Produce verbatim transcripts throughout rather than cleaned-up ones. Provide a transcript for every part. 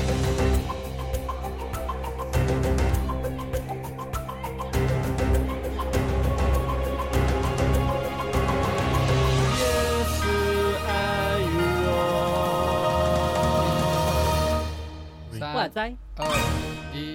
哇塞！ 二一，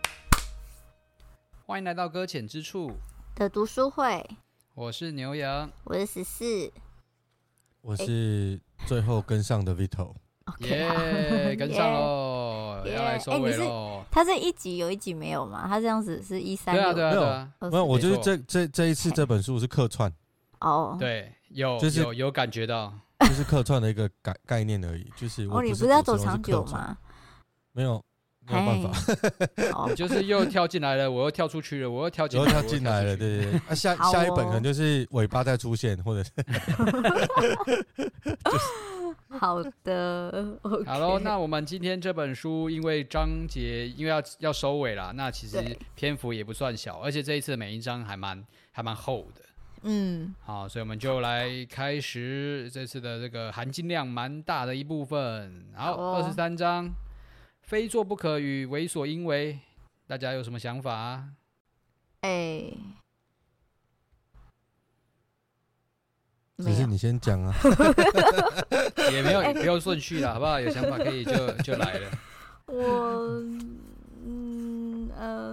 欢迎来到搁浅之处的读书会， 我是牛羊， 我是十四， 我是最后跟上的 Vito。 耶，跟上喽，要来收尾喽。 他这一集有一集没有吗？他这样子是一三六， 对啊对啊对啊， 没有，我就是这这这一次这本书是客串哦， 对，有就是有有感觉到， 就是客串的一个概概念而已，就是我哦，你不是要走长久吗？ 没有。没有办法， 你就是又跳进来了，我又跳出去了，我又跳进来了， 我又跳进来了，对对对。啊、下、哦、下一本可能就是尾巴再出现，或者是就是、好的， okay、 好喽。那我们今天这本书，因为章节因为要要收尾啦，那其实篇幅也不算小，而且这一次每一章还蛮还蛮厚的。 嗯， 好，所以我们就来开始这次的这个含金量蛮大的一部分。好，二十三章。非做不可与为所应为，大家有什么想法啊？ 哎、欸， 只是你先讲啊， 也没有、欸、不用顺序啦，好不好？有想法可以就就来了。 我嗯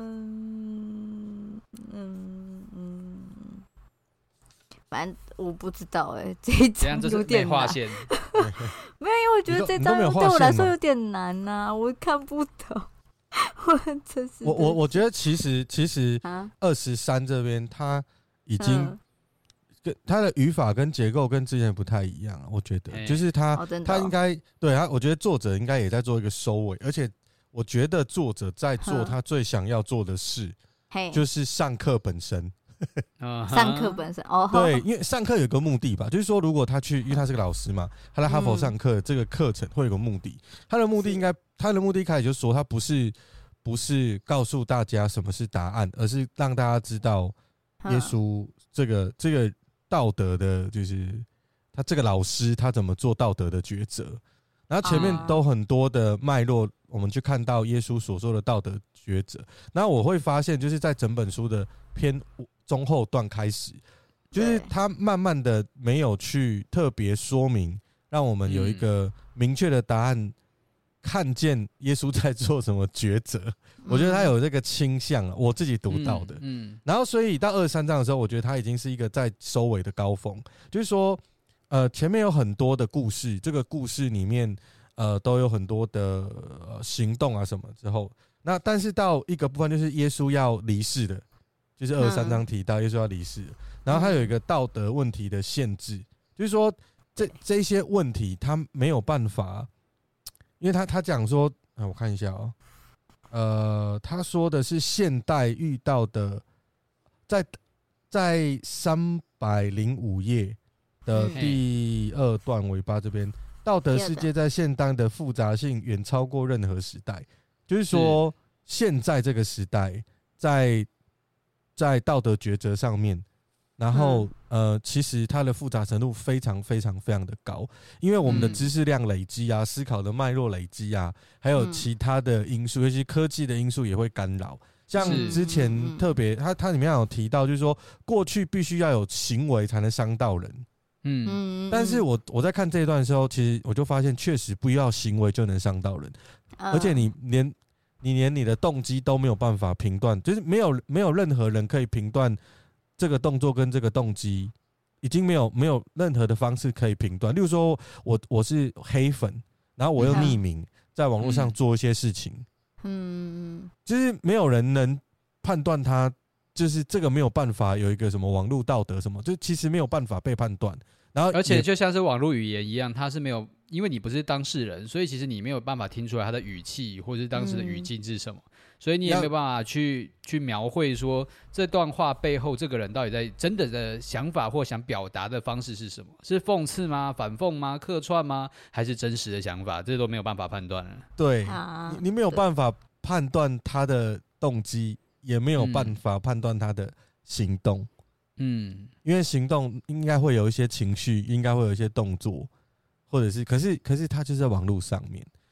嗯嗯嗯，反正我不知道哎、欸，这一章有点难。没有，因为我觉得这张对我来说有点难啊，我看不懂。我真是我我我觉得其实其实二十三这边他已经跟他的语法跟结构跟之前不太一样，我觉得、欸、就是他、哦哦、他应该对他，我觉得作者应该也在做一个收尾，而且我觉得作者在做他最想要做的事，就是上课本身。 上课本身哦， 对，因为上课有个目的吧，就是说，如果他去，因为他是个老师嘛，他在哈佛上课，这个课程会有个目的。他的目的应该，他的目的一开始就说，他不是不是告诉大家什么是答案，而是让大家知道耶稣这个这个道德的，就是他这个老师他怎么做道德的抉择。然后前面都很多的脉络，我们去看到耶稣所说的道德抉择。然后我会发现，就是在整本书的偏中后段开始，就是他慢慢的没有去特别说明，让我们有一个明确的答案，看见耶稣在做什么抉择。我觉得他有这个倾向，我自己读到的。嗯，然后所以到二十三章的时候，我觉得他已经是一个在收尾的高峰，就是说。呃，前面有很多的故事，这个故事里面，呃，都有很多的、呃、行动啊什么之后，那但是到一个部分就是耶稣要离世的，就是二十三章提到耶稣要离世，然后他有一个道德问题的限制，就是说这这些问题他没有办法，因为他他讲说，呃，我看一下哦，呃，他说的是现代遇到的，在在三百零五页。的第二段尾巴这边，道德世界在现代的复杂性远超过任何时代。就是说，现在这个时代，在在道德抉择上面，然后、嗯、呃，其实它的复杂程度非常非常非常的高，因为我们的知识量累积啊，思考的脉络累积啊，还有其他的因素，尤其科技的因素也会干扰。像之前特别，它它里面有提到，就是说过去必须要有行为才能伤到人。嗯，但是我我在看这一段的时候，其实我就发现，确实不要行为就能伤到人，呃、而且你连你连你的动机都没有办法评断，就是没有没有任何人可以评断这个动作跟这个动机，已经没有没有任何的方式可以评断。例如说我我是黑粉，然后我又匿名在网络上做一些事情，嗯，就是没有人能判断他。就是这个没有办法有一个什么网络道德什么，就其实没有办法被判断。然后， 而且就像是网络语言一样，它是没有，因为你不是当事人，所以其实你没有办法听出来他的语气或者是当时的语境是什么，嗯、所以你也没有办法去去描绘说这段话背后这个人到底在真的的想法或想表达的方式是什么？是讽刺吗？反讽吗？客串吗？还是真实的想法？这都没有办法判断了。 对，啊、你, 你没有办法判断他的动机。也没有办法判断他的行动，嗯，因为行动应该会有一些情绪，应该会有一些动作，或者是，可是可是他就是在网络上面，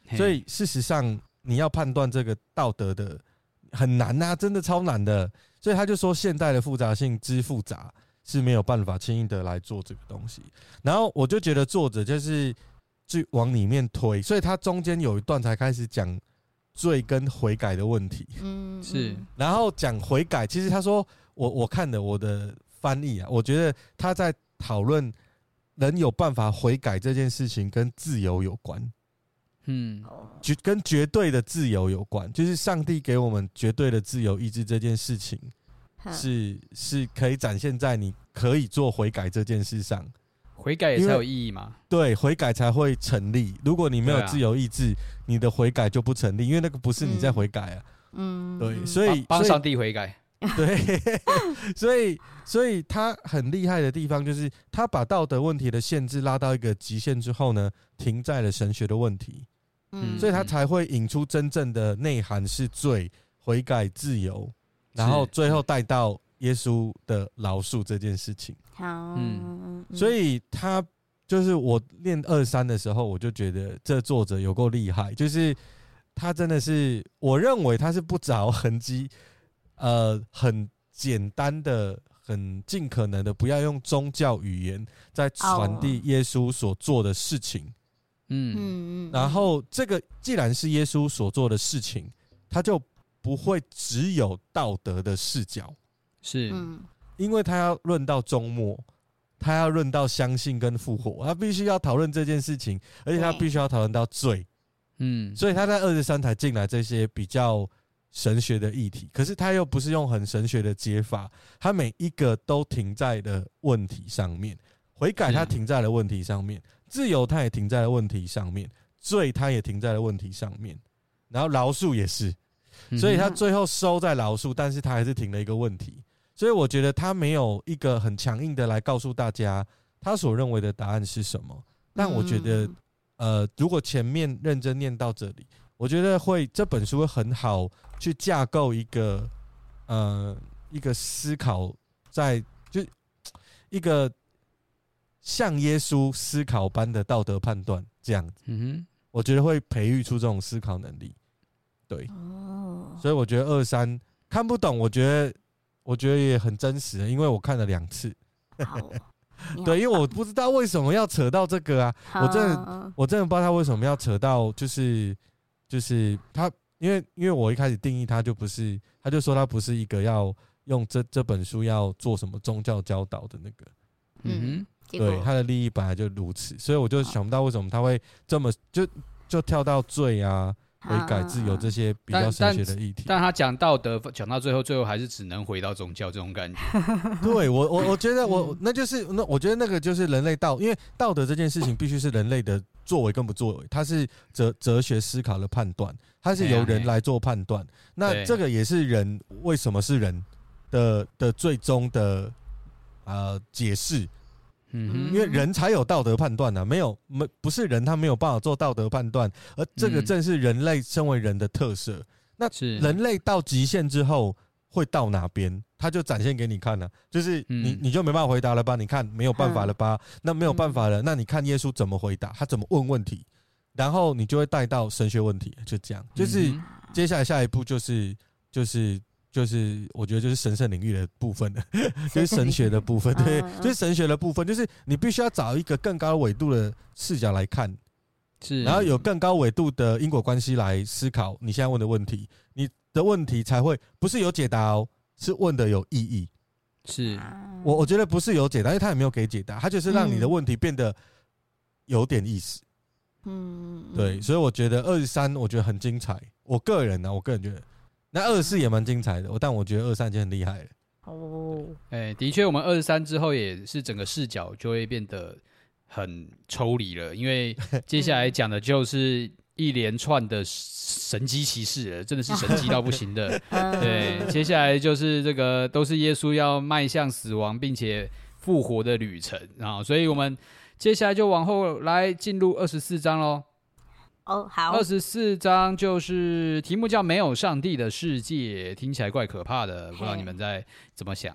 所以事实上你要判断这个道德的很难啊，真的超难的。所以他就说，现代的复杂性之复杂是没有办法轻易的来做这个东西。然后我就觉得作者就是去往里面推，所以他中间有一段才开始讲罪跟悔改的问题。 嗯， 是。 然后讲悔改，其实他说我我看的我的翻译啊，我觉得他在讨论人有办法悔改这件事情跟自由有关。嗯，跟绝对的自由有关，就是上帝给我们绝对的自由意志这件事情是，是可以展现在你可以做悔改这件事上。 悔改也才有意义嘛？ 对，悔改才会成立。如果你没有自由意志，啊、你的悔改就不成立，因为那个不是你在悔改啊。嗯，对，所以帮上帝悔改。 对，所以所以他很厉害的地方就是他把道德问题的限制拉到一个极限之后呢，停在了神学的问题。嗯，所以他才会引出真正的内涵是罪、悔改、自由，然后最后带到耶稣的饶恕这件事情。 好，嗯， 所以他就是我念二三的时候，我就觉得这作者有够厉害，就是他真的是，我认为他是不着痕迹，呃，很简单的、很尽可能的，不要用宗教语言在传递耶稣所做的事情。嗯，然后这个既然是耶稣所做的事情，他就不会只有道德的视角， 是， 因为他要论到终末，他要论到相信跟复活，他必须要讨论这件事情，而且他必须要讨论到罪，嗯，所以他在二十三才进来这些比较神学的议题，可是他又不是用很神学的解法，他每一个都停在了问题上面，悔改他停在了问题上面。自由他也停在了问题上面，罪他也停在了问题上面，然后饶恕也是，所以他最后收在饶恕，但是他还是停了一个问题。所以我觉得他没有一个很强硬的来告诉大家他所认为的答案是什么。但我觉得，呃，如果前面认真念到这里，我觉得会这本书会很好去架构一个呃一个思考在，就一个。像耶稣思考般的道德判断，这样子，嗯哼，我觉得会培育出这种思考能力。对，哦，所以我觉得二三看不懂，我觉得我觉得也很真实，因为我看了两次。对，因为我不知道为什么要扯到这个啊，我真的我真的不知道他为什么要扯到，就是就是他，因为因为我一开始定义他就不是，他就说他不是一个要用这这本书要做什么宗教教导的那个，嗯哼。对，他的利益本来就如此，所以我就想不到为什么他会这么就就跳到罪啊、悔改、自由这些比较神学的议题。 但, 但, 但他讲道德，讲到最后，最后还是只能回到宗教这种感觉。 对我，我我觉得我那就是那我觉得那个就是人类道，因为道德这件事情必须是人类的作为跟不作为，它是哲哲学思考的判断，它是由人来做判断。那这个也是人为什么是人的的最终的呃解释。嗯，因为人才有道德判断啊，没有没不是人他没有办法做道德判断，而这个正是人类身为人的特色。那人类到极限之后会到哪边，他就展现给你看了、啊，就是你你就没办法回答了吧？你看没有办法了吧？那没有办法了，那你看耶稣怎么回答，他怎么问问题，然后你就会带到神学问题，就这样。就是接下来下一步就是就是。就是我觉得就是神圣领域的部分了，就是神学的部分，对，就是神学的部分，就是你必须要找一个更高纬度的视角来看，是，然后有更高纬度的因果关系来思考你现在问的问题，你的问题才会不是有解答哦，是问的有意义。是我我觉得不是有解答，因为他也没有给解答，他就是让你的问题变得有点意思。嗯，对，所以我觉得二十三我觉得很精彩，我个人呢、啊，我个人觉得。那二十四也蛮精彩的，但我觉得二十三已经很厉害了。 哦，哎，的确，我们二十三之后也是整个视角就会变得很抽离了，因为接下来讲的就是一连串的神迹奇事了，真的是神迹到不行的。对，接下来就是这个都是耶稣要迈向死亡并且复活的旅程啊，所以我们接下来就往后来进入二十四章喽。 哦，好。 二十四章就是题目叫“没有上帝的世界”，听起来怪可怕的，不知道你们在怎么想？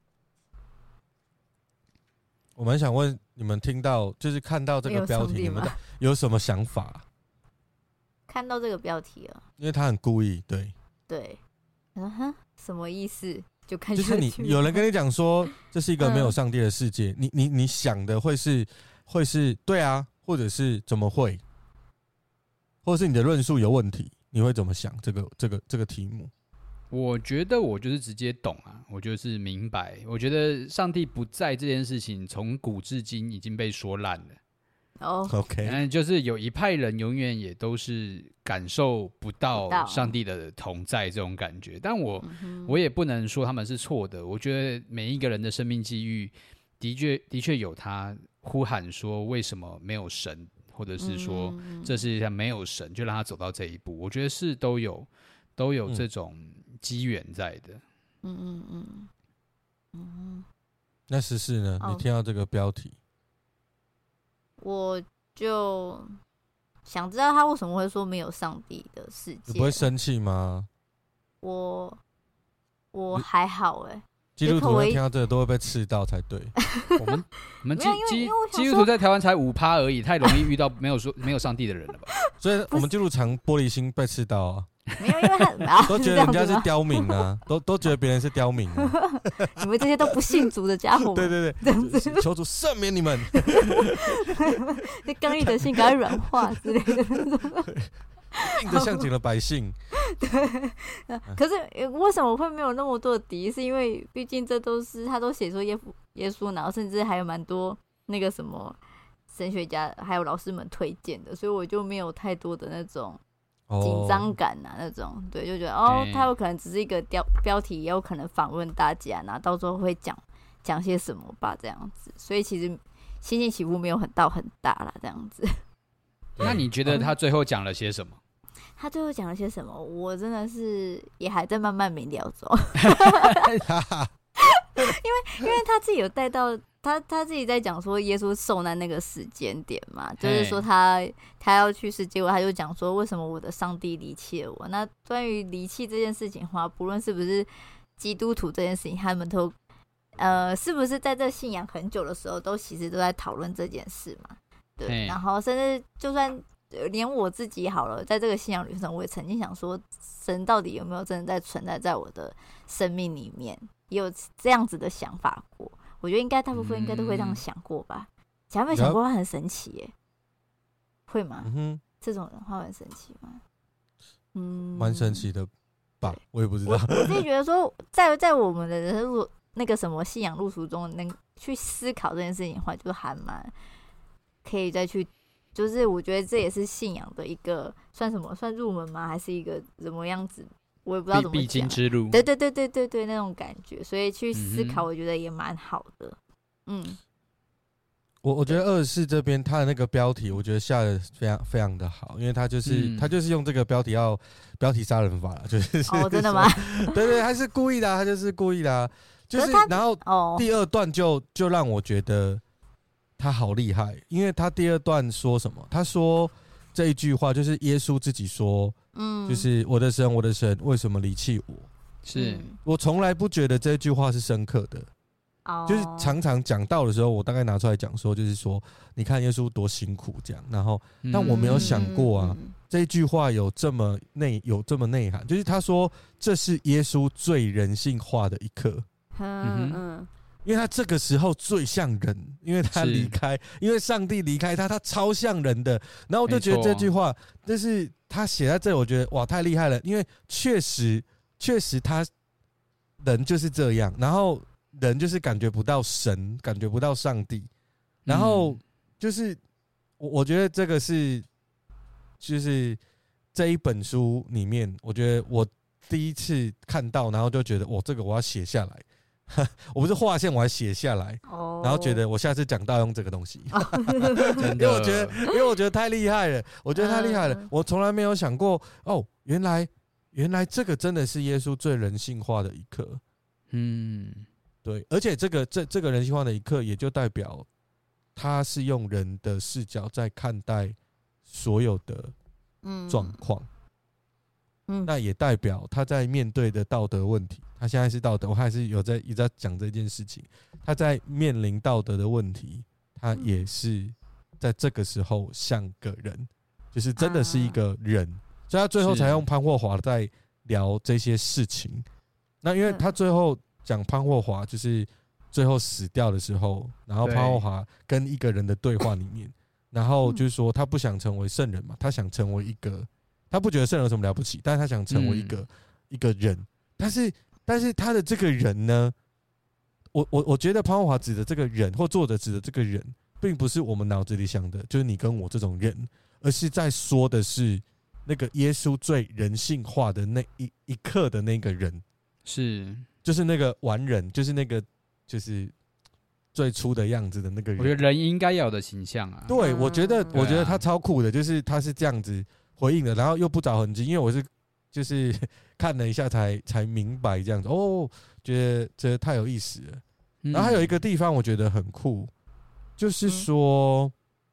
我们想问你们，听到就是看到这个标题，你们有什么想法？ 看到这个标题了， 因为他很故意，对对，嗯哼，什么意思？就看就是你有人跟你讲说这是一个没有上帝的世界，嗯、你你你想的会是会是对啊，或者是怎么会，或者是你的论述有问题，你会怎么想这个这个这个题目？ 我觉得我就是直接懂啊，我就是明白。我觉得上帝不在这件事情，从古至今已经被说烂了。 哦、 oh. ，OK， 嗯，就是有一派人永远也都是感受不到上帝的同在这种感觉，但我、嗯、我也不能说他们是错的。我觉得每一个人的生命际遇的确的确有他呼喊说为什么没有神，或者是说这世界上没有神，就让他走到这一步。我觉得是都有都有这种机缘在的。 嗯嗯嗯嗯。 那十四呢？哦、你听到这个标题？ 我就想知道他为什么会说没有上帝的世界。 你不会生气吗？ 我我还好哎、欸， 基督徒听到这个都会被刺到才对。 我们我们基基基督徒在台湾才五趴而已，太容易遇到没有说没有上帝的人了吧？ 所以我们基督常玻璃心被刺到啊。 没有，因为他都觉得人家是刁民啊，都都觉得别人是刁民啊。 你们这些都不信主的家伙， 对对对，求主赦免你们。 那刚毅的心赶快软化之类的那种， 硬着向前的百姓。 对，可是为什么会没有那么多的敌？是因为毕竟这都是他都写出耶耶稣，然后甚至还有蛮多那个什么神学家还有老师们推荐的，所以我就没有太多的那种。紧张感啊，那种对，就觉得哦，他有可能只是一个标标题，也有可能访问大家，然后到时候会讲讲些什么吧，这样子。所以其实心情起伏没有很到很大啦，这样子。 那你觉得他最后讲了些什么？ 他最后讲了些什么？我真的是也还在慢慢明了中。因为因为他自己有带到。他他自己在讲说耶稣受难那个时间点嘛，就是说他他要去世，结果他就讲说为什么我的上帝离弃了我。那关于离弃这件事情的话，不论是不是基督徒这件事情，他们都呃是不是在这信仰很久的时候，都其实都在讨论这件事嘛。对，然后甚至就算连我自己好了，在这个信仰旅程，我也曾经想说，神到底有没有真的在存在在我的生命里面，也有这样子的想法过。我觉得应该大部分应该都会这样想过吧。假如没有想过，他很神奇耶，会吗？嗯哼，这种人话很神奇吗？嗯， 蛮神奇的吧，我也不知道。 我, 我自己觉得说，在在我们的人生那个什么信仰路途中，能去思考这件事情的话，就还蛮可以再去。就是我觉得这也是信仰的一个算什么？算入门吗？还是一个什么样子？我也不知道怎么讲， 必经之路。 对对对对对对，那种感觉，所以去思考，我觉得也蛮好的。嗯， 我我觉得二十四这边他的那个标题，我觉得下的非常非常的好，因为他就是、嗯、他就是用这个标题要标题杀人法了，就是哦，真的吗？ 对对，他是故意的、啊，他就是故意的、啊，就是然后第二段就就让我觉得他好厉害，因为他第二段说什么？他说这一句话就是耶稣自己说。嗯，就是我的神，我的神，为什么离弃我？ 是我从来不觉得这句话是深刻的，哦、就是常常讲到的时候，我大概拿出来讲说，就是说，你看耶稣多辛苦这样，然后，但我没有想过啊，嗯、这一句话有这么内有这么内涵，就是他说这是耶稣最人性化的一刻。嗯嗯。因为他这个时候最像人，因为他离开，因为上帝离开他，他超像人的。然后我就觉得这句话，就是他写在这里，我觉得哇太厉害了，因为确实确实他人就是这样，然后人就是感觉不到神，感觉不到上帝，然后就是我我觉得这个是就是这一本书里面，我觉得我第一次看到，然后就觉得哇这个我要写下来。我不是划线，我还写下来， oh. 然后觉得我下次讲到用这个东西， oh. 因为我觉得，因为我觉得太厉害了，我觉得太厉害了， uh. 我从来没有想过，哦，原来原来这个真的是耶稣最人性化的一刻，嗯，对，而且这个这这个人性化的一刻，也就代表他是用人的视角在看待所有的状况。嗯嗯、那也代表他在面对的道德问题，他现在是道德，我还是有在一直在讲这件事情。他在面临道德的问题，他也是在这个时候像个人，就是真的是一个人， 所以他最后才用潘霍华在聊这些事情。那因为他最后讲潘霍华就是最后死掉的时候，然后潘霍华跟一个人的对话里面，然后就是说他不想成为圣人嘛，他想成为一个，他不觉得圣人有什么了不起，但是他想成为一个、嗯、一个人，但是但是他的这个人呢，我我我觉得潘霍华指的这个人或作者指的这个人，并不是我们脑子里想的，就是你跟我这种人，而是在说的是那个耶稣最人性化的那一一刻的那个人， 是就是那个完人，就是那个就是最初的样子的那个人。 我觉得人应该要有的形象啊。 对，我觉得我觉得他超酷的，就是他是这样子回应的，然后又不着痕迹，因为我是就是看了一下才才明白这样子。哦，觉得觉得太有意思了。然后还有一个地方我觉得很酷，就是说，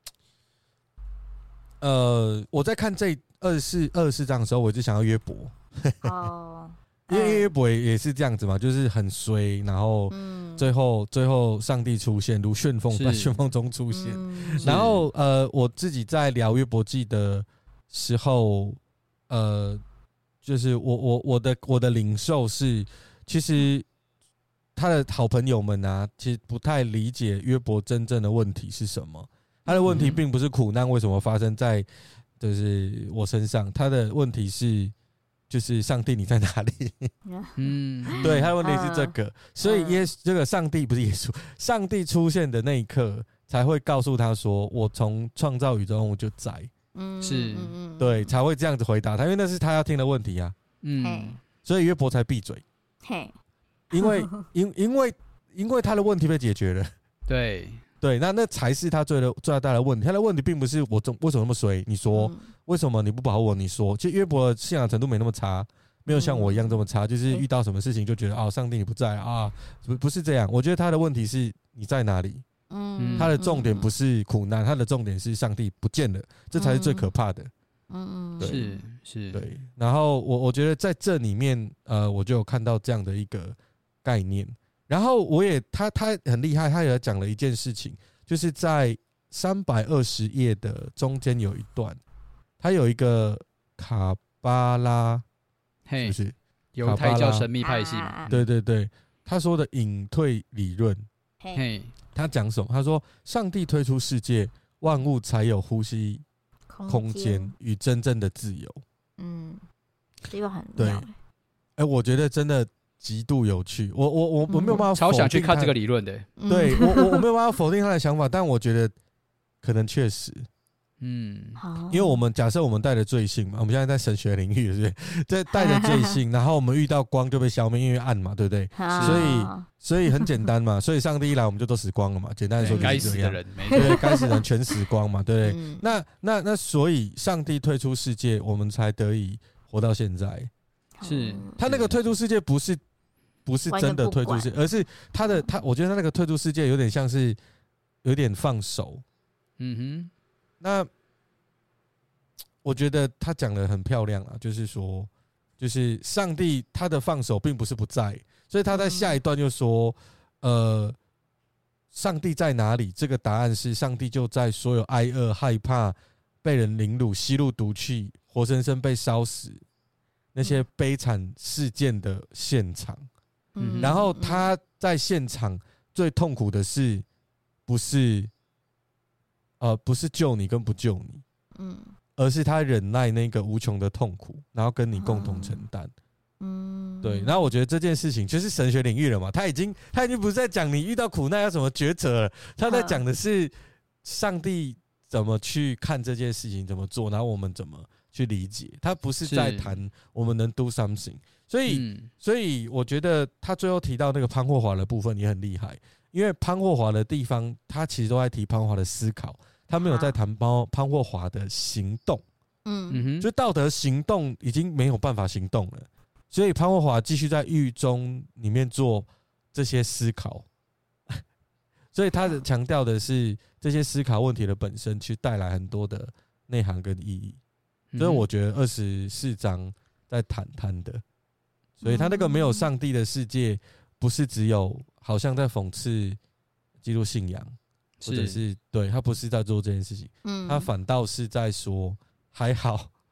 嗯、呃，我在看这二十四二十四章的时候，我就想要约伯。哦。因为约伯也是这样子嘛，就是很衰，然后最后、嗯、最后上帝出现，如旋风在旋风中出现。嗯、然后呃，我自己在聊约伯记的时候，呃，就是我我我的我的领受是，其实他的好朋友们啊，其实不太理解约伯真正的问题是什么。他的问题并不是苦难为什么发生在就是我身上，他的问题是。就是上帝你在哪里？嗯，对，他的问题是这个，所以耶这个上帝不是耶稣，上帝出现的那一刻才会告诉他说：“我从创造宇宙中我就在。” 嗯，是， 对，才会这样子回答他，因为那是他要听的问题啊。嗯，所以约伯才闭嘴。嘿，因为因因为因为他的问题被解决了。 对。 对，那那才是他最的最大的问题。他的问题并不是我为什么那么衰，你说、嗯、为什么你不保护我？你说，其实约伯的信仰程度没那么差，没有像我一样这么差，嗯、就是遇到什么事情就觉得哦，上帝你不在啊，不不是这样。我觉得他的问题是你在哪里？嗯，他的重点不是苦难，他的重点是上帝不见了，这才是最可怕的。 嗯，对是是， 对。然后我我觉得在这里面，呃，我就有看到这样的一个概念。然后我也他他很厉害，他也讲了一件事情，就是在三百二十页的中间有一段，他有一个卡巴拉，是不是？ 犹太教神秘派系嘛？ 对对对，他说的隐退理论，嘿，他讲什么？他说上帝推出世界，万物才有呼吸空间与真正的自由。嗯， 这个很对。哎、 欸，我觉得真的。极度有趣，我我我我没有办法否定他， 超想去看这个理论的。 对我我我没有办法否定他的想法，但我觉得可能确实，嗯，因为我们假设我们带着罪性嘛，我们现在在神学领域，对不对？在带着罪性，然后我们遇到光就被消灭，因为暗嘛，对不对？所以所以很简单嘛，所以上帝一来我们就都死光了嘛，简单的说就是这样。该死的人，对，该死的人全死光嘛，对不对？嗯、那那那所以上帝退出世界，我们才得以活到现在。 是他那个退出世界不是。不是真的退出世界，而是他的他，我觉得他那个退出世界有点像是有点放手。嗯哼，那我觉得他讲的很漂亮啊，就是说，就是上帝他的放手并不是不在，所以他在下一段就说，呃，上帝在哪里？这个答案是上帝就在所有挨饿、害怕、被人凌辱、吸入毒气、活生生被烧死那些悲惨事件的现场。嗯、然后他在现场最痛苦的是，不是，呃，不是救你跟不救你，嗯，而是他忍耐那个无穷的痛苦，然后跟你共同承担，嗯，对。然后我觉得这件事情就是神学领域了嘛，他已经他已经不是在讲你遇到苦难要怎么抉择了，他在讲的是上帝怎么去看这件事情怎么做，然后我们怎么去理解，他不是在谈我们能 do something。所以，嗯、所以我觉得他最后提到那个潘霍华的部分也很厉害，因为潘霍华的地方，他其实都在提潘霍华的思考，他没有在谈潘潘霍华的行动。嗯，就道德行动已经没有办法行动了，所以潘霍华继续在狱中里面做这些思考，所以他强调的是这些思考问题的本身，去带来很多的内涵跟意义。所以我觉得二十四章在谈谈的。所以他那个没有上帝的世界，不是只有好像在讽刺基督信仰，或者是对他不是在做这件事情，嗯，他反倒是在说还好，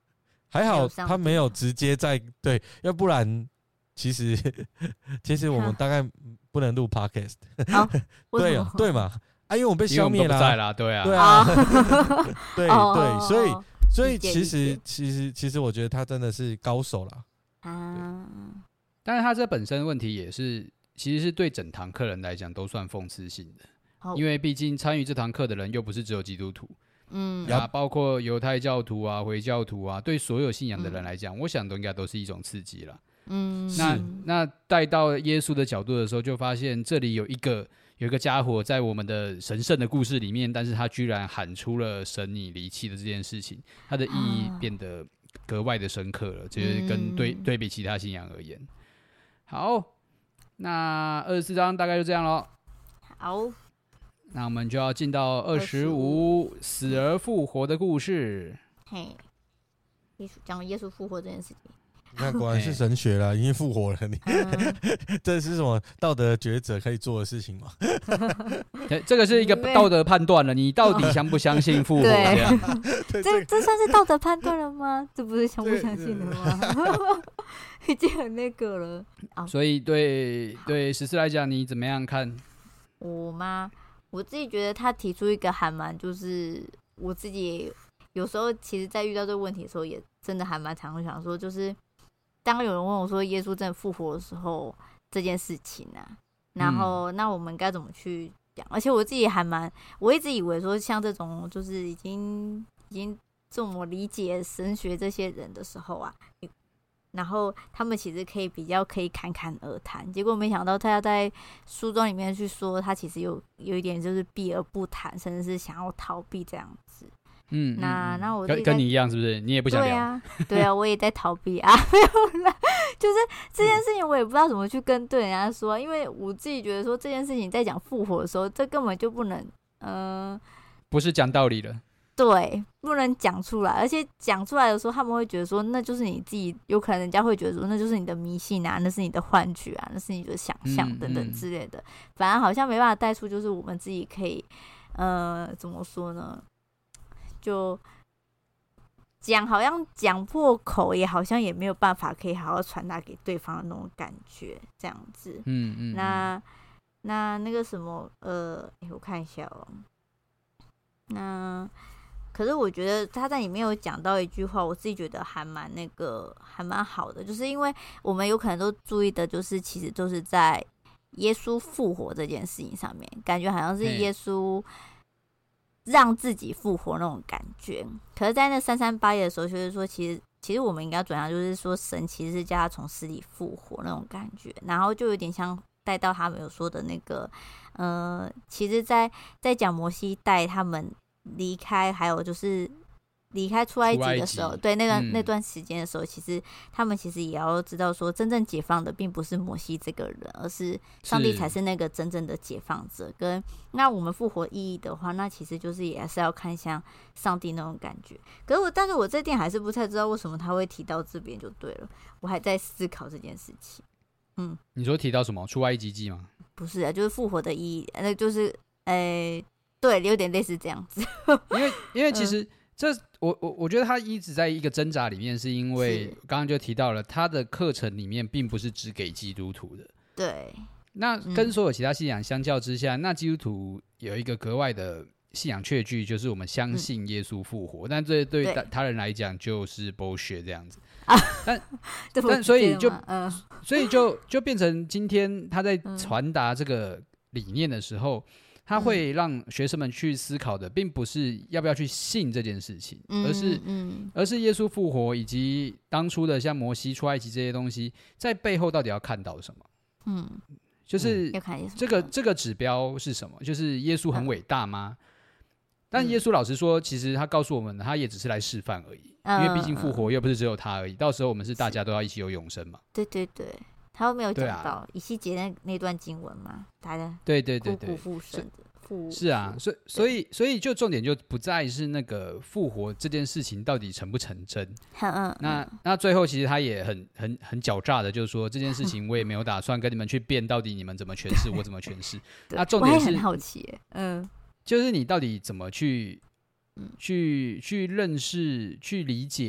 还好他没有直接在对，要不然其实其实我们大概不能录 podcast。 好， 对啊，对嘛，啊，因为我们被消灭了，不在啦，对啊， 对啊，对对，所以所以其实其实其实我觉得他真的是高手啦。 啊， 但是他这本身问题也是，其实是对整堂客人来讲都算讽刺性的，因为毕竟参与这堂课的人又不是只有基督徒。嗯，啊，包括犹太教徒啊、回教徒啊，对所有信仰的人来讲，嗯、我想都应该都是一种刺激啦。嗯，那那带到耶稣的角度的时候，就发现这里有一个有一个家伙在我们的神圣的故事里面，但是他居然喊出了神你离弃的这件事情，它的意义变得格外的深刻了，就是跟对、嗯、对比其他信仰而言。好，那二十四章大概就这样咯。 好。 那我们就要进到二十五死而复活的故事。 嘿，讲耶稣复活这件事情， 那果然是神学啦，已经复活了你。嗯、这是什么道德抉择可以做的事情吗？ 这个是一个道德判断了，你到底相不相信复活？这样， 这这算是道德判断了吗？这不是相不相信的吗？已经很那个了。哦、 所以对对十四来讲，你怎么样看？ 我吗？我自己觉得他提出一个还蛮，就是我自己有时候其实在遇到这个问题的时候，也真的还蛮常会想说，就是当有人问我说耶稣真的复活的时候这件事情啊，然后、嗯、那我们该怎么去讲？而且我自己还蛮，我一直以为说像这种就是已经已经这么理解神学这些人的时候啊，然后他们其实可以比较可以侃侃而谈，结果没想到他要在书中里面去说，他其实有有一点就是避而不谈，甚至是想要逃避这样子。嗯，那那我跟跟你一样是不是？你也不想聊？ 对啊，对啊，我也在逃避啊，没有啦，就是这件事情我也不知道怎么去跟对人家说，因为我自己觉得说这件事情在讲复活的时候，这根本就不能，嗯、呃， 不是讲道理了。 对，不能讲出来，而且讲出来的时候，他们会觉得说那就是你自己，有可能人家会觉得说那就是你的迷信啊，那是你的幻觉啊，那是你的想象等等之类的，嗯嗯、反而好像没办法带出，就是我们自己可以，呃，怎么说呢？就讲好像讲破口，也好像也没有办法可以好好传达给对方的那种感觉，这样子。嗯嗯。那那那个什么，呃，我看一下哦，那。可是我觉得他在里面有讲到一句话，我自己觉得还蛮那个，还蛮好的，就是因为我们有可能都注意的，就是其实都是在耶稣复活这件事情上面，感觉好像是耶稣让自己复活那种感觉。可是，在那三三八页的时候，就是说，其实其实我们应该转向，就是说，神其实是叫他从死里复活那种感觉，然后就有点像带到他们有说的那个，呃，其实在在讲摩西带他们离开，还有就是离开出埃及的时候，对那段、嗯、那段时间的时候，其实他们其实也要知道说，真正解放的并不是摩西这个人，而是上帝才是那个真正的解放者。跟那我们复活意义的话，那其实就是也是要看向上帝那种感觉。可是我，但是我这点还是不太知道为什么他会提到这边就对了，我还在思考这件事情。嗯， 你说提到什么出埃及记吗？ 不是啊，就是复活的意义，那就是诶。欸对，有点类似这样子。 因为因为其实这、嗯、我我我觉得他一直在一个挣扎里面，是因为刚刚就提到了他的课程里面并不是只给基督徒的。 对。 那跟所有其他信仰相较之下，嗯、那基督徒有一个格外的信仰确据，就是我们相信耶稣复活，嗯、但这对他人来讲就是 bullshit 这样子。啊、但但所以就、嗯、所以就就变成今天他在传达这个理念的时候。嗯他会让学生们去思考的，并不是要不要去信这件事情，嗯、而是、嗯、而是耶稣复活以及当初的像摩西出埃及这些东西，在背后到底要看到什么？嗯，就是这个、嗯、这个指标是什么？就是耶稣很伟大吗？嗯、但耶稣老实说，其实他告诉我们，他也只是来示范而已，嗯、因为毕竟复活又不是只有他而已，到时候我们是大家都要一起有永生嘛。 对对对。他又没有讲到以西结 那, 那段经文嘛？大家对对对对， 复生的复是啊，所以所以所以就重点就不再是那个复活这件事情到底成不成真。嗯嗯。那那最后其实他也很很很狡诈的，就是说这件事情我也没有打算跟你们去辩，到底你们怎么诠释，我怎么诠释。那重点是， 我也很好奇耶，嗯， 就是你到底怎么去、嗯、去去认识、去理解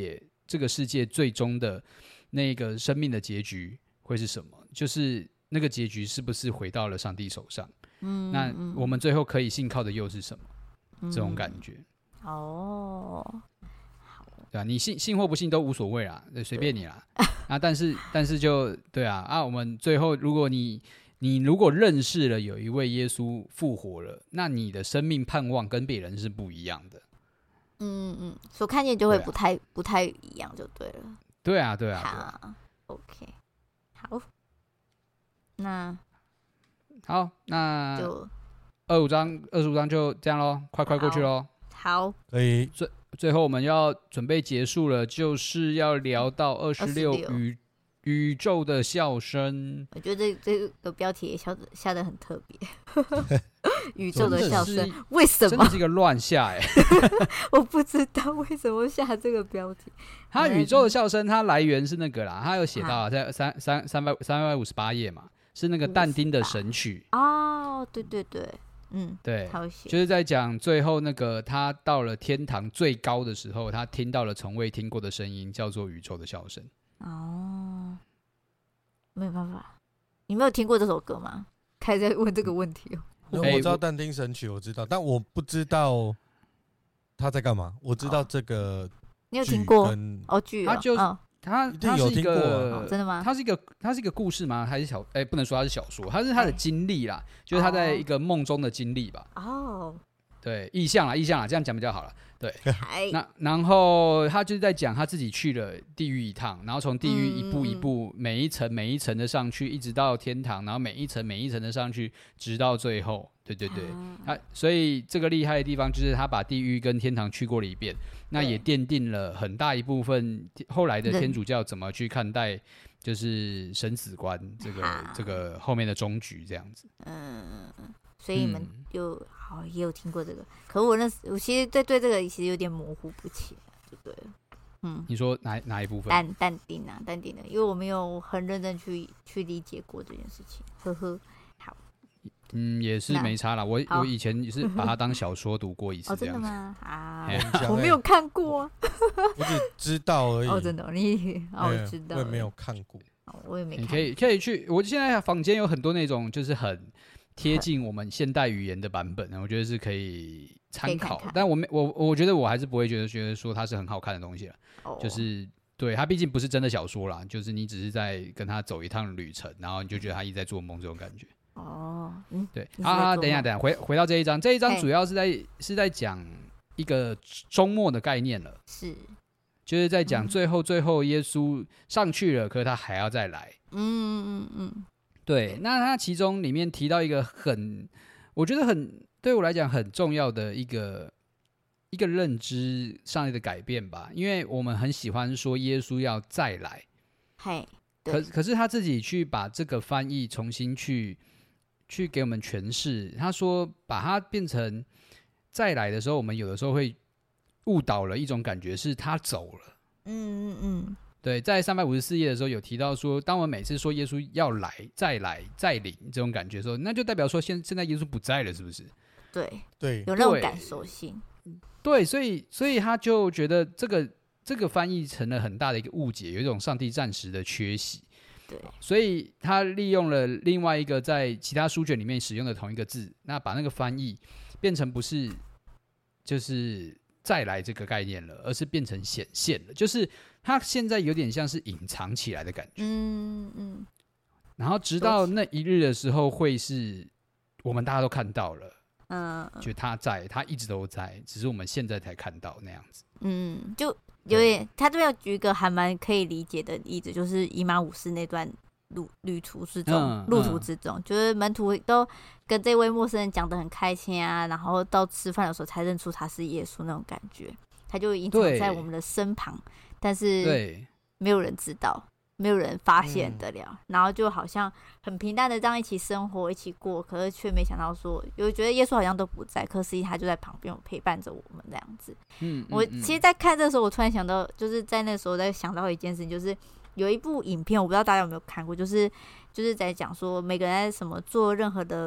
这个世界最终的那个生命的结局会是什么？就是那个结局是不是回到了上帝手上？嗯，那我们最后可以信靠的又是什么？嗯、这种感觉。哦，对啊，你信信或不信都无所谓啦，随便你啦。啊，但是但是就对啊啊，我们最后如果你你如果认识了有一位耶稣复活了，那你的生命盼望跟别人是不一样的。 嗯嗯，所看见就会不太、啊、不太一样，就对了。 对啊对啊。 好、啊、，OK， 好，那好，那就二五章二十五章就这样咯，快快过去咯。 好， 可以。 最最后我们要准备结束了，就是要聊到二十六宇宇宙的笑声。 我觉得这个标题也下得下得很特别。宇宙的笑声，为什么？ 真的是一个乱下哎、欸！ 我不知道为什么下这个标题。 它宇宙的笑声，它来源是那个啦，它有写到在三三三百三百五十八页嘛，是那个但丁的神曲。 哦，对对对，嗯， 对，就是在讲最后那个他到了天堂最高的时候，他听到了从未听过的声音，叫做宇宙的笑声。 哦，没有办法，你没有听过这首歌吗？开始在问这个问题哦。 我知道但丁神曲，我知道，但我不知道他在干嘛。我知道这个、哦， 你有听过哦？剧他就是、 哦、 他，他是一个、 哦、真的吗？ 他是一个，他是一个故事吗？还是小？哎、欸，不能说他是小说，他是他的经历啦，就是他在一个梦中的经历吧。哦，对，意象啦，意象啦，这样讲比较好了。对，那然后他就是在讲他自己去了地狱一趟，然后从地狱一步一步，每一层每一层的上去，一直到天堂，然后每一层每一层的上去，直到最后。对对对，他所以这个厉害的地方就是他把地狱跟天堂去过了一遍，那也奠定了很大一部分后来的天主教怎么去看待就是生死观这个这个后面的终局这样子。嗯， 所以你们就、嗯、好也有听过这个，可我那时我其实对对这个其实有点模糊不清，就对了。嗯， 你说哪哪一部分？ 但但丁啊，但丁的，因为我没有很认真去去理解过这件事情，呵呵。好， 嗯，也是没差啦。我我以前也是把它当小说读过一次，这样子。 哦，真的吗？啊，我没有看过、啊， 我只知道而已。 哦，真的，你哦，我知道， 我也没有看过。 哦，我也没看过。 你可以可以去，我现在坊间有很多那种就是很贴近我们现代语言的版本，我觉得是可以参考。看看但我没我我觉得我还是不会觉得觉得说它是很好看的东西了。哦、就是对它毕竟不是真的小说啦，就是你只是在跟他走一趟旅程，然后你就觉得他一直在做梦这种感觉。哦，嗯，对啊，等一下等一下，回回到这一章，这一章主要是在是在讲一个终末的概念了， 是， 就是在讲最后、嗯、最后耶稣上去了，可是他还要再来。嗯嗯嗯，对，那他其中里面提到一个很，我觉得很对我来讲很重要的一个一个认知上的改变吧，因为我们很喜欢说耶稣要再来， 嘿， 可可是他自己去把这个翻译重新去去给我们诠释，他说把它变成再来的时候，我们有的时候会误导了一种感觉，是他走了。嗯嗯嗯，对，在三百五十四页的时候有提到说，当我们每次说耶稣要来、再来、再临这种感觉的时候，那就代表说现现在耶稣不在了，是不是？ 对对， 有那种感受性。 对，所以所以他就觉得这个这个翻译成了很大的一个误解，有一种上帝暂时的缺席。 对， 所以他利用了另外一个在其他书卷里面使用的同一个字，那把那个翻译变成不是就是再来这个概念了，而是变成显现了，就是它现在有点像是隐藏起来的感觉。嗯嗯。然后直到那一日的时候，会是我们大家都看到了。嗯，就他在，他一直都在，只是我们现在才看到那样子。 嗯，就有点，他这边有举一个还蛮可以理解的例子，就是以马五斯那段路旅途之中，嗯、路途之中，嗯、就是门徒都跟这位陌生人讲得很开心啊，然后到吃饭的时候才认出他是耶稣那种感觉，他就隐藏在我们的身旁，但是没有人知道。没有人发现得了、嗯，然后就好像很平淡的这样一起生活，一起过，可是却没想到说，有觉得耶稣好像都不在，可是他就在旁边陪伴着我们这样子。嗯，我其实，在看这个时候，我突然想到，就是在那时候在想到一件事情，就是有一部影片，我不知道大家有没有看过，就是就是在讲说每个人在什么做任何的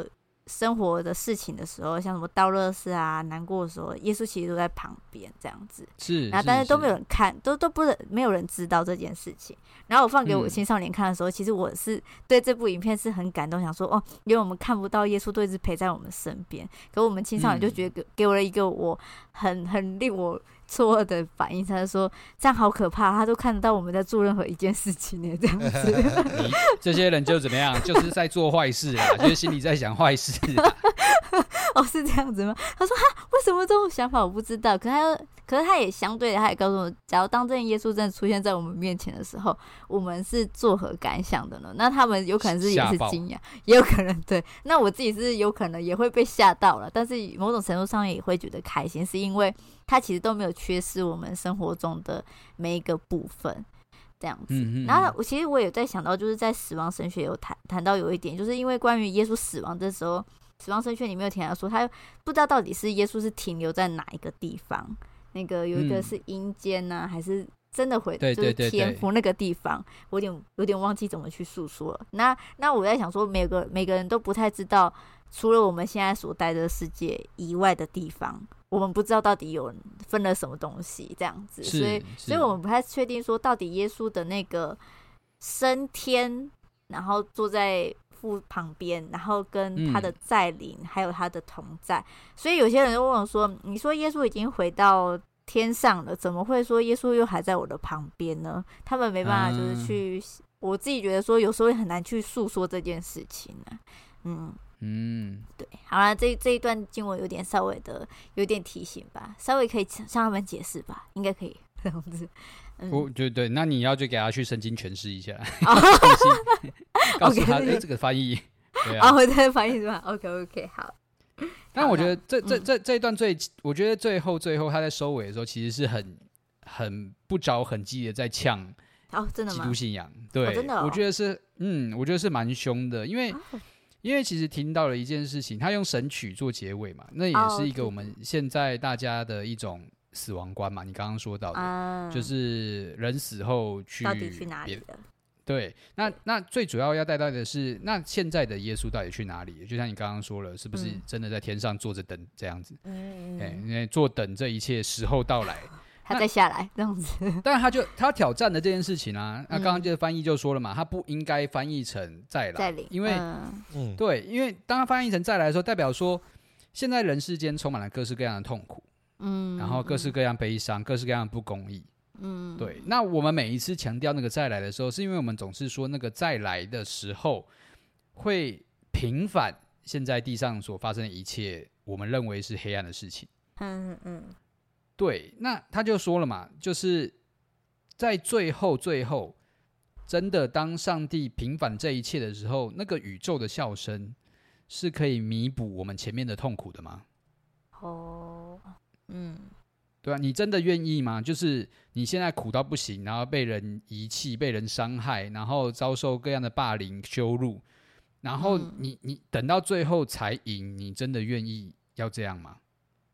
生活的事情的时候，像什么倒垃圾啊、难过的时候，耶稣其实都在旁边这样子。 是， 然后但是都没有人看，都都不是没有人知道这件事情。然后我放给我青少年看的时候，嗯、其实我是对这部影片是很感动，想说哦，因为我们看不到耶稣都一直陪在我们身边，可我们青少年就觉得给、嗯、给我了一个我很很令我错愕的反应，他就说这样好可怕，他都看得到我们在做任何一件事情呢，这样子。 你这些人就怎么样，就是在做坏事啦，就是心里在想坏事啦。 哦，是这样子吗？他说哈，为什么这种想法我不知道，可是他可是他也相对的，他也告诉我，假如当这耶稣真的出现在我们面前的时候，我们是作何感想的呢？那他们有可能是也是惊讶，也有可能对。那我自己是有可能也会被吓到了，但是某种程度上也会觉得开心，是因为他其实都没有缺失我们生活中的每一个部分。这样子，嗯嗯嗯，然后其实我也在想到，就是在死亡神学有谈谈到有一点，就是因为关于耶稣死亡的时候，死亡神学里面有提到说，他不知道到底是耶稣是停留在哪一个地方，那个有一个是阴间啊，嗯、还是真的回就是天父那个地方，我有点有点忘记怎么去诉说了。那那我在想说，每个每个人都不太知道，除了我们现在所待的世界以外的地方。我们不知道到底有分了什么东西，这样子，所以，所以我们不太确定说到底耶稣的那个升天，然后坐在父旁边，然后跟他的在临，嗯、还有他的同在。所以有些人就问我说：“你说耶稣已经回到天上了，怎么会说耶稣又还在我的旁边呢？”他们没办法，就是去，嗯、我自己觉得说，有时候很难去诉说这件事情呢，嗯。嗯，对，好啦，这这一段经文有点稍微的有点提醒吧，稍微可以向他们解释吧，应该可以这样子。嗯，我对对，那你要就给他去圣经诠释一下，告诉他，哎、欸，这个翻译，对啊， 哦，我在翻译是吧 ？OK OK， 好。 但我觉得这这这这一段最，我觉得最后最后他在收尾的时候，其实是很很不着痕迹的在呛哦，真的吗？ 基督信仰，对， 哦、真的、哦， 我觉得是，嗯，我觉得是蛮凶的，因为。哦因为其实听到了一件事情，他用神曲做结尾嘛，那也是一个我们现在大家的一种死亡观嘛。你刚刚说到的，嗯、就是人死后去到底去哪里了？ 对，那那最主要要带到的是，那现在的耶稣到底去哪里？就像你刚刚说了，是不是真的在天上坐着等这样子？嗯，哎，因为坐等这一切时候到来。 他再下来这样子， 但他就他挑战的这件事情啊，那刚刚这个翻译就说了嘛，他不应该翻译成再来， 再临， 因为，嗯，对，因为当他翻译成再来的时候，代表说现在人世间充满了各式各样的痛苦，嗯，然后各式各样悲伤，嗯、各式各样的不公义，嗯，对。那我们每一次强调那个再来的时候，是因为我们总是说那个再来的时候会平反现在地上所发生的一切，我们认为是黑暗的事情，嗯嗯。对，那他就说了嘛，就是在最后最后，真的当上帝平反这一切的时候，那个宇宙的笑声是可以弥补我们前面的痛苦的吗？哦，嗯，对啊，你真的愿意吗？就是你现在苦到不行，然后被人遗弃、被人伤害，然后遭受各样的霸凌、羞辱，然后你、嗯、你等到最后才赢，你真的愿意要这样吗？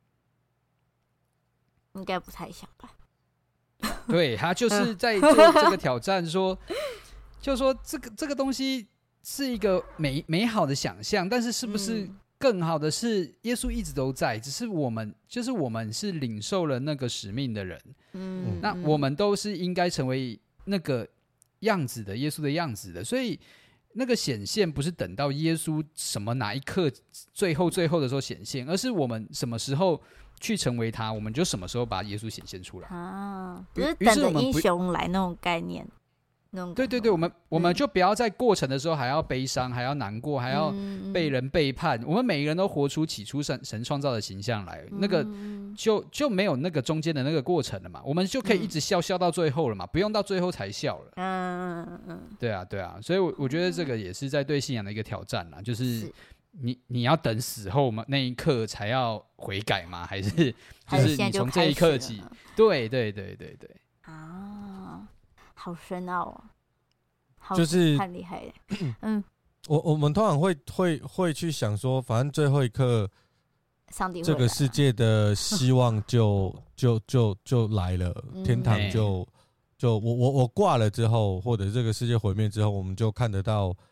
应该不太想吧。 对，他就是在做这个挑战说，就说这个这个东西是一个美美好的想象，但是是不是更好的是耶稣一直都在，只是我们就是我们是领受了那个使命的人，嗯，那我们都是应该成为那个样子的，耶稣的样子的，所以那个显现不是等到耶稣什么哪一刻最后最后的时候显现，而是我们什么时候去成为他，我们就什么时候把耶稣显现出来啊， 不是等着英雄来那种概念，那种对对对，我们、嗯、我们就不要在过程的时候还要悲伤，还要难过，还要被人背叛。嗯、我们每一个人都活出起初神神创造的形象来，嗯、那个就就没有那个中间的那个过程了嘛，我们就可以一直笑、嗯、笑到最后了嘛，不用到最后才笑了。嗯嗯嗯，对啊对啊，所以我我觉得这个也是在对信仰的一个挑战啦，就是。是你你要等死后吗？那一刻才要悔改吗？还是就是你从这一刻起？对对对对对。 啊，好深奥哦，好就是太厉害了。嗯， 我我们通常会会会去想说，反正最后一刻， 上帝这个世界的希望就就就就来了，嗯、天堂就、嗯、就我我我挂了之后，或者这个世界毁灭之后，我们就看得到。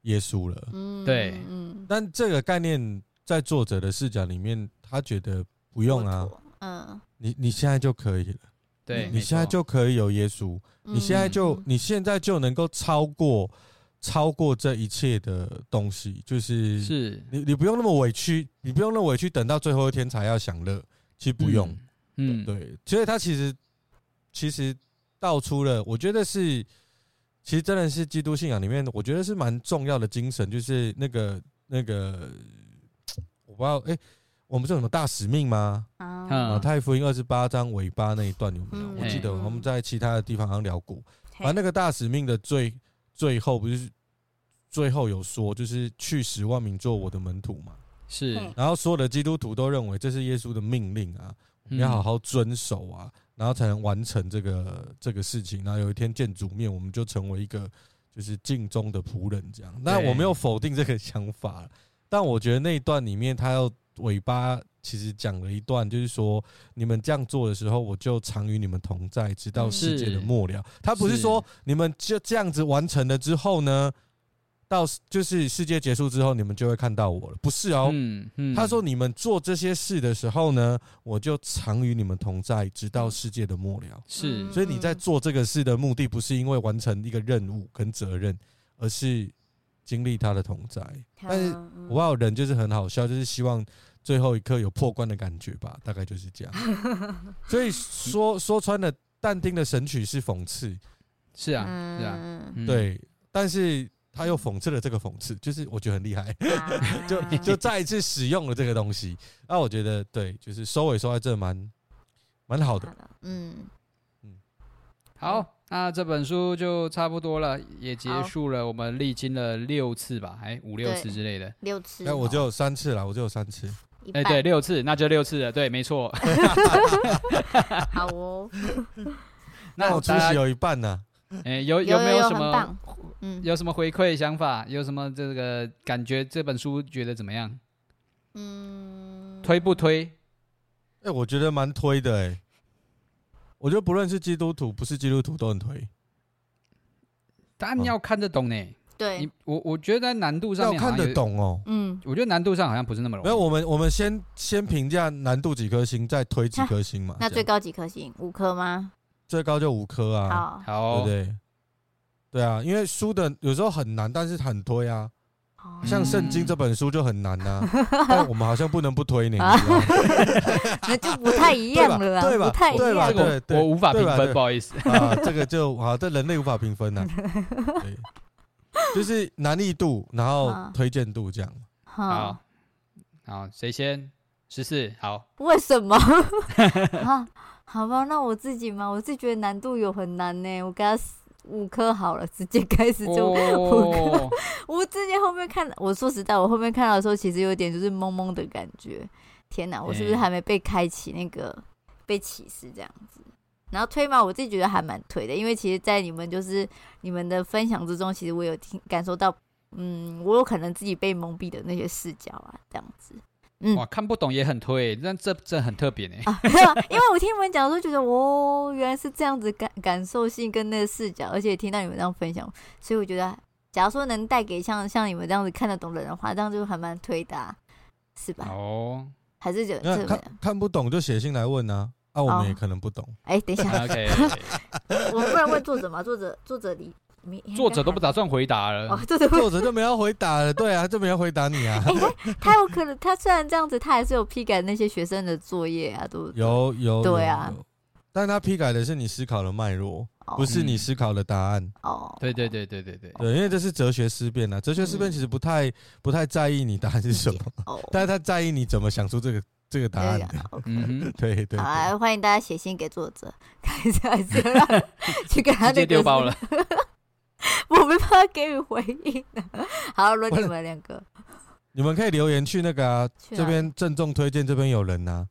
耶稣了。 嗯，对。 但这个概念在作者的视角里面，他觉得不用啊，嗯，你你现在就可以了， 对， 你现在就可以有耶稣，嗯、你现在就你现在就能够超过超过这一切的东西，就是是你你不用那么委屈，你不用那么委屈，等到最后一天才要享乐，其实不用，嗯，嗯对，所以他其实其实道出了，我觉得是，其实真的是基督信仰里面，我觉得是蛮重要的精神，就是那个那个，我不知道，哎、欸，我们是有什么大使命吗？啊，马太福音二十八章尾巴那一段有没有？嗯、我记得我们在其他的地方好像聊过，反正那个大使命的最最后不是最后有说，就是去十万名做我的门徒嘛。 是， 然后所有的基督徒都认为这是耶稣的命令啊，我们要好好遵守啊。然后才能完成这个这个事情，然后有一天见主面，我们就成为一个就是尽忠的仆人这样。那我没有否定这个想法，但我觉得那一段里面，他要尾巴其实讲了一段，就是说你们这样做的时候，我就常与你们同在，直到世界的末了。他不是说你们就这样子完成了之后呢，到就是世界结束之后，你们就会看到我了，不是哦。嗯嗯、他说你们做这些事的时候呢，我就常与你们同在，直到世界的末了。 是， 所以你在做这个事的目的，不是因为完成一个任务跟责任，而是经历他的同在。但是我不知道人就是很好笑，就是希望最后一刻有破关的感觉吧，大概就是这样。所以说说穿了，但丁的神曲是讽刺， 是啊，是啊， 嗯、对，但是。他又讽刺了这个讽刺，就是我觉得很厉害，就就再一次使用了这个东西。那我觉得对，就是收尾收在这蛮蛮好的。 嗯嗯，好，那这本书就差不多了，也结束了。我们历经了六次吧，还五六次之类的。 六次。 那我就有三次了，我就有三次。 哎、欸，对，六次，那就六次了。对，没错。 好哦。 那我出席有一半呢。 哎、欸，有有没有什么？嗯，有什么回馈想法？有什么这个感觉？这本书觉得怎么样？嗯，推不推？ 哎、欸，我觉得蛮推的哎、欸。我觉得不论是基督徒不是基督徒都很推。 但你要看得懂呢、欸。 对， 我我觉得在难度上面要看得懂哦。 嗯，我觉得难度上好像不是那么容易。 没有，我们我们先先评价难度几颗星，再推几颗星嘛。 那最高几颗星？五颗吗？ 最高就五颗啊。 好， 对不对？对啊，因为书的有时候很难，但是很推啊。像圣经这本书就很难啊，但我们好像不能不推你， 那就不太一样了啦， 对吧？ 不太一样， 对吧？对， 我无法评分，不好意思啊，这个就好，这人类无法评分呐。对，就是难易度，然后推荐度这样。 好，好，谁先？十四，好。 为什么？好，好吧，那我自己嘛，我自己觉得难度有很难呢，我给他五颗好了，直接开始就五颗。Oh. 我之前后面看，我说实在，我后面看到的时候，其实有点就是懵懵的感觉。天哪，我是不是还没被开启那个被启示这样子？然后推嘛，我自己觉得还蛮推的，因为其实，在你们就是你们的分享之中，其实我有听感受到，嗯，我有可能自己被蒙蔽的那些视角啊，这样子。 嗯、哇，看不懂也很推，但这这很特别呢、 啊。因为我听你们讲的时候，觉得哦，原来是这样子感感受性跟那个视角，而且听到你们这样分享，所以我觉得，假如说能带给像像你们这样子看得懂的人的话，这样就还蛮推的、啊，是吧？ 哦， 还是觉得看看不懂就写信来问啊，啊，我们也可能不懂。 哎、哦欸，等一下 ，OK， 我们不然问作者嘛，作者作者你。 作者都不打算回答了， 哦、作者作者就没要回答了，对啊，就没要回答你啊。 欸、他, 他有可能，他虽然这样子，他还是有批改那些学生的作业啊，对不对？ 有有， 对啊。 但他批改的是你思考的脉络，哦、不是你思考的答案。 哦，对对对对对对， 对，因为这是哲学思辨啊，哲学思辨其实不太、嗯、不太在意你答案是什么，哦、但是他在意你怎么想出这个。这个答案的，嗯，对对对。 好啊，欢迎大家写信给作者，看一下还是让去跟他直接丢包了。 我没办法给予回应。好，轮你们两个。 你们可以留言去那个啊，这边郑重推荐，这边有人啊。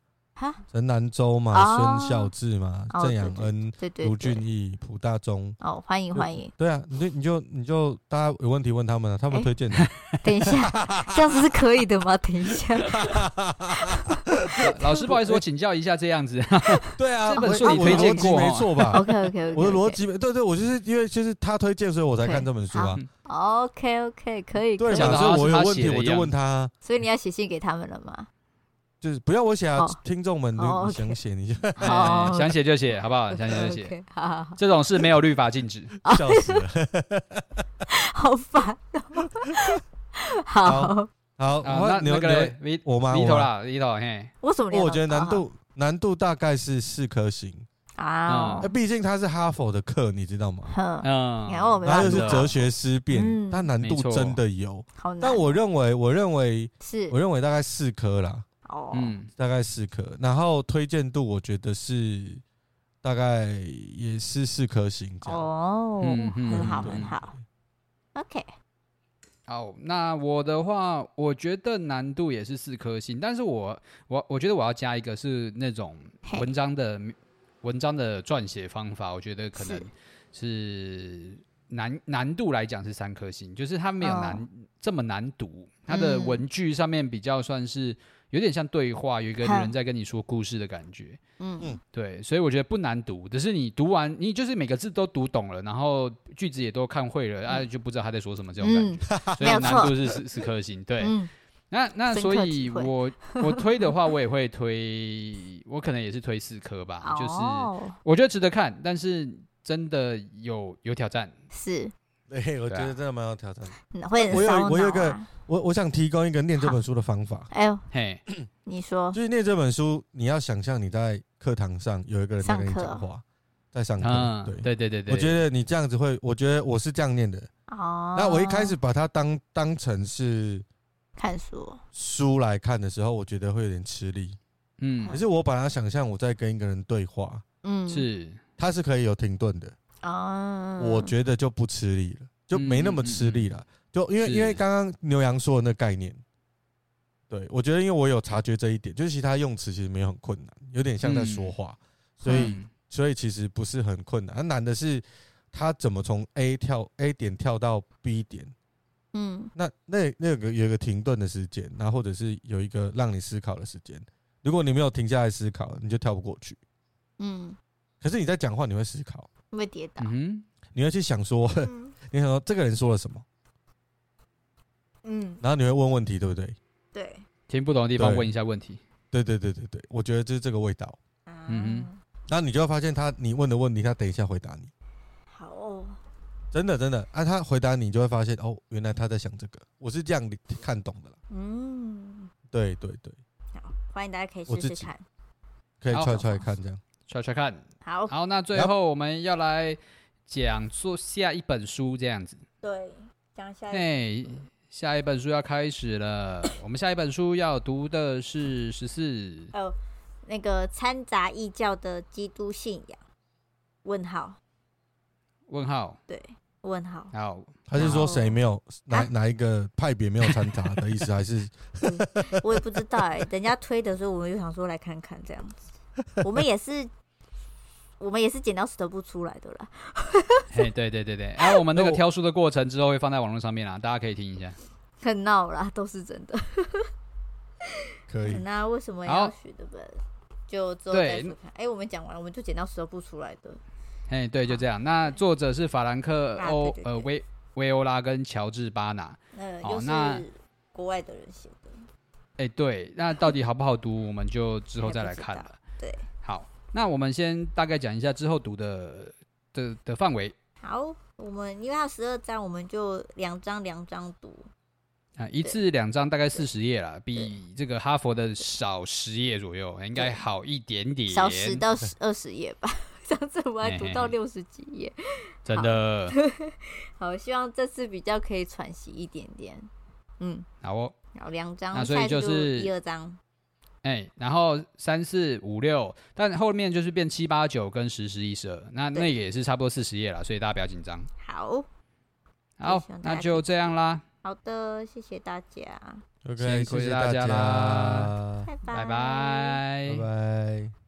陈南州嘛，孙、哦、孝志嘛，郑、哦、养恩、卢俊义、蒲大中。 哦，欢迎欢迎。 对啊，你就你就你就大家有问题问他们啊，他们推荐的。欸、 等一下，这样子是可以的吗？等一下。 老师，不好意思，我请教一下，这样子。 对啊， 这本书你推荐过， 没错吧 ？OK OK OK。 我的逻辑，对对，我就是因为就是他推荐，所以我才看这本书啊。 OK OK， 可以。 对嘛？所以我有问题我就问他。 所以你要写信给他们了吗？ 就是不要我写啊，听众们，你想写你就想写就写，好不好？想写就写。好，这种事没有律法禁止。 笑死了， 好烦。好。 好， 那那个我吗？ 里头啦，里头嘿。 为什么？ 我觉得难度难度大概是四颗星啊。那毕竟它是哈佛的课，你知道吗？ 嗯，然后又是哲学思辨，它难度真的有。但我认为，我认为是，我认为大概四颗啦。哦，嗯，大概四颗。然后推荐度，我觉得是大概也是四颗星这样。 哦，很好，很好。OK。 好，那我的话，我觉得难度也是四颗星，但是我我我觉得我要加一个是那种文章的文章的撰写方法，我觉得可能是难难度来讲是三颗星，就是它没有难、哦、这么难读，它的文句上面比较算是有点像对话，有一个人在跟你说故事的感觉。嗯嗯，对，所以我觉得不难读，只是你读完，你就是每个字都读懂了，然后句子也都看会了，嗯、啊，就不知道他在说什么这种感觉，嗯、所以难度是四四颗星。对，嗯、那那所以我我推的话，我也会推，我可能也是推四颗吧，哦、就是我觉得值得看，但是真的有有挑战。 是。 对，我觉得真的蛮有挑战。 会很烧脑啊。 我有我有一个，我我想提供一个念这本书的方法。 哎呦，嘿，你说， 就是念这本书，你要想象你在课堂上有一个人在跟你讲话，在上课。嗯、对对对对对。 我觉得你这样子会，我觉得我是这样念的。哦。那我一开始把它当当成是看书书来看的时候，我觉得会有点吃力。嗯。可是我把它想象我在跟一个人对话，嗯，是，他是可以有停顿的。啊，我觉得就不吃力了，就没那么吃力了。嗯嗯嗯、就因为因为刚刚牛羊说的那概念，对我觉得因为我有察觉这一点，就是其他用词其实没有很困难，有点像在说话，嗯、所以、嗯、所以其实不是很困难。难的是他怎么从 A 跳 A 点跳到 B 点，嗯，那那那个有一个停顿的时间，然后或者是有一个让你思考的时间。如果你没有停下来思考，你就跳不过去。嗯，可是你在讲话，你会思考。 会跌倒， 嗯、你会去想说，嗯、你想说这个人说了什么，嗯，然后你会问问题，对不对？ 对， 听不懂的地方问一下问题， 对对对对对，我觉得就是这个味道，嗯哼，然后你就会发现他你问的问题，他等一下回答你， 好哦， 真的真的，啊，他回答你就会发现哦，原来他在想这个，我是这样看懂的啦，嗯，对对对， 好，欢迎大家可以试试看， 可以踹踹看这样。 揣揣看， 好， 好，那最后我们要来讲做下一本书，这样子。 对，讲下一本书。下一本书要开始了。我们下一本书要读的是十四。 哦，那个掺杂异教的基督信仰？问号？ 问号？ 对，问号。 好， 他是说谁没有哪、啊、哪一个派别没有掺杂的意思，还是？ 嗯、我也不知道哎、欸，人家推的时候，我们就想说来看看这样子。我们也是，我们也是剪刀石头布出来的啦。 嘿，对对对对，然、啊、后我们那个挑书的过程之后会放在网络上面啦，大家可以听一下。 很闹啦，都是真的。 可以。 那为什么要许的本？就之后再说看。哎、欸，我们讲完了，我们就剪刀石头布出来的。 嘿，对，就这样。那作者是法兰克欧、啊、呃威威欧拉跟乔治巴拿。 呃，又是国外的人写的。 哎、欸，对，那到底好不好读，我们就之后再来看了。 对， 好，那我们先大概讲一下之后读的的的范围。 好，我们因为它十二章，我们就两章两章读。 啊，一次两章大概四十页啦，比这个哈佛的少十页左右，应该好一点点。 少十到二十页吧，上次我还读到六十几页， 真的。 好, 好，希望这次比较可以喘息一点点。嗯， 好哦。 好，两章， 那所以就是一二章。 哎、欸，然后三四五六，但后面就是变七八九跟十十一十二，那那也是差不多四十页了，所以大家不要紧张。 好， 好，那就这样啦。 好的，谢谢大家。 OK， 谢谢大家啦， 拜拜， 拜拜。